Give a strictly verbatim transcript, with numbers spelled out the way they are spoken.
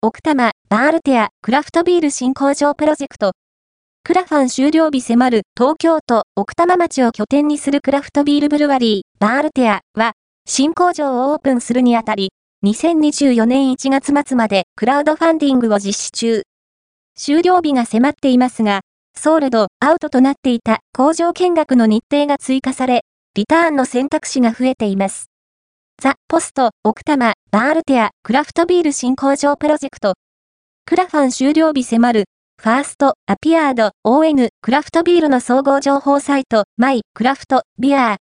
奥多摩、バールテア、クラフトビール新工場プロジェクト。クラファン終了日迫る東京都奥多摩町を拠点にするクラフトビールブルワリー、バールテアは、新工場をオープンするにあたり、にせんにじゅうよねんいちがつ末までクラウドファンディングを実施中。終了日が迫っていますが、ソールドアウトとなっていた工場見学の日程が追加され、リターンの選択肢が増えています。ザ・ポスト、奥多摩、バールテア、クラフトビール新工場プロジェクト。クラファン終了日迫る、ファースト、アピアード、オーエヌ、クラフトビールの総合情報サイト、マイ、クラフト、ビアー、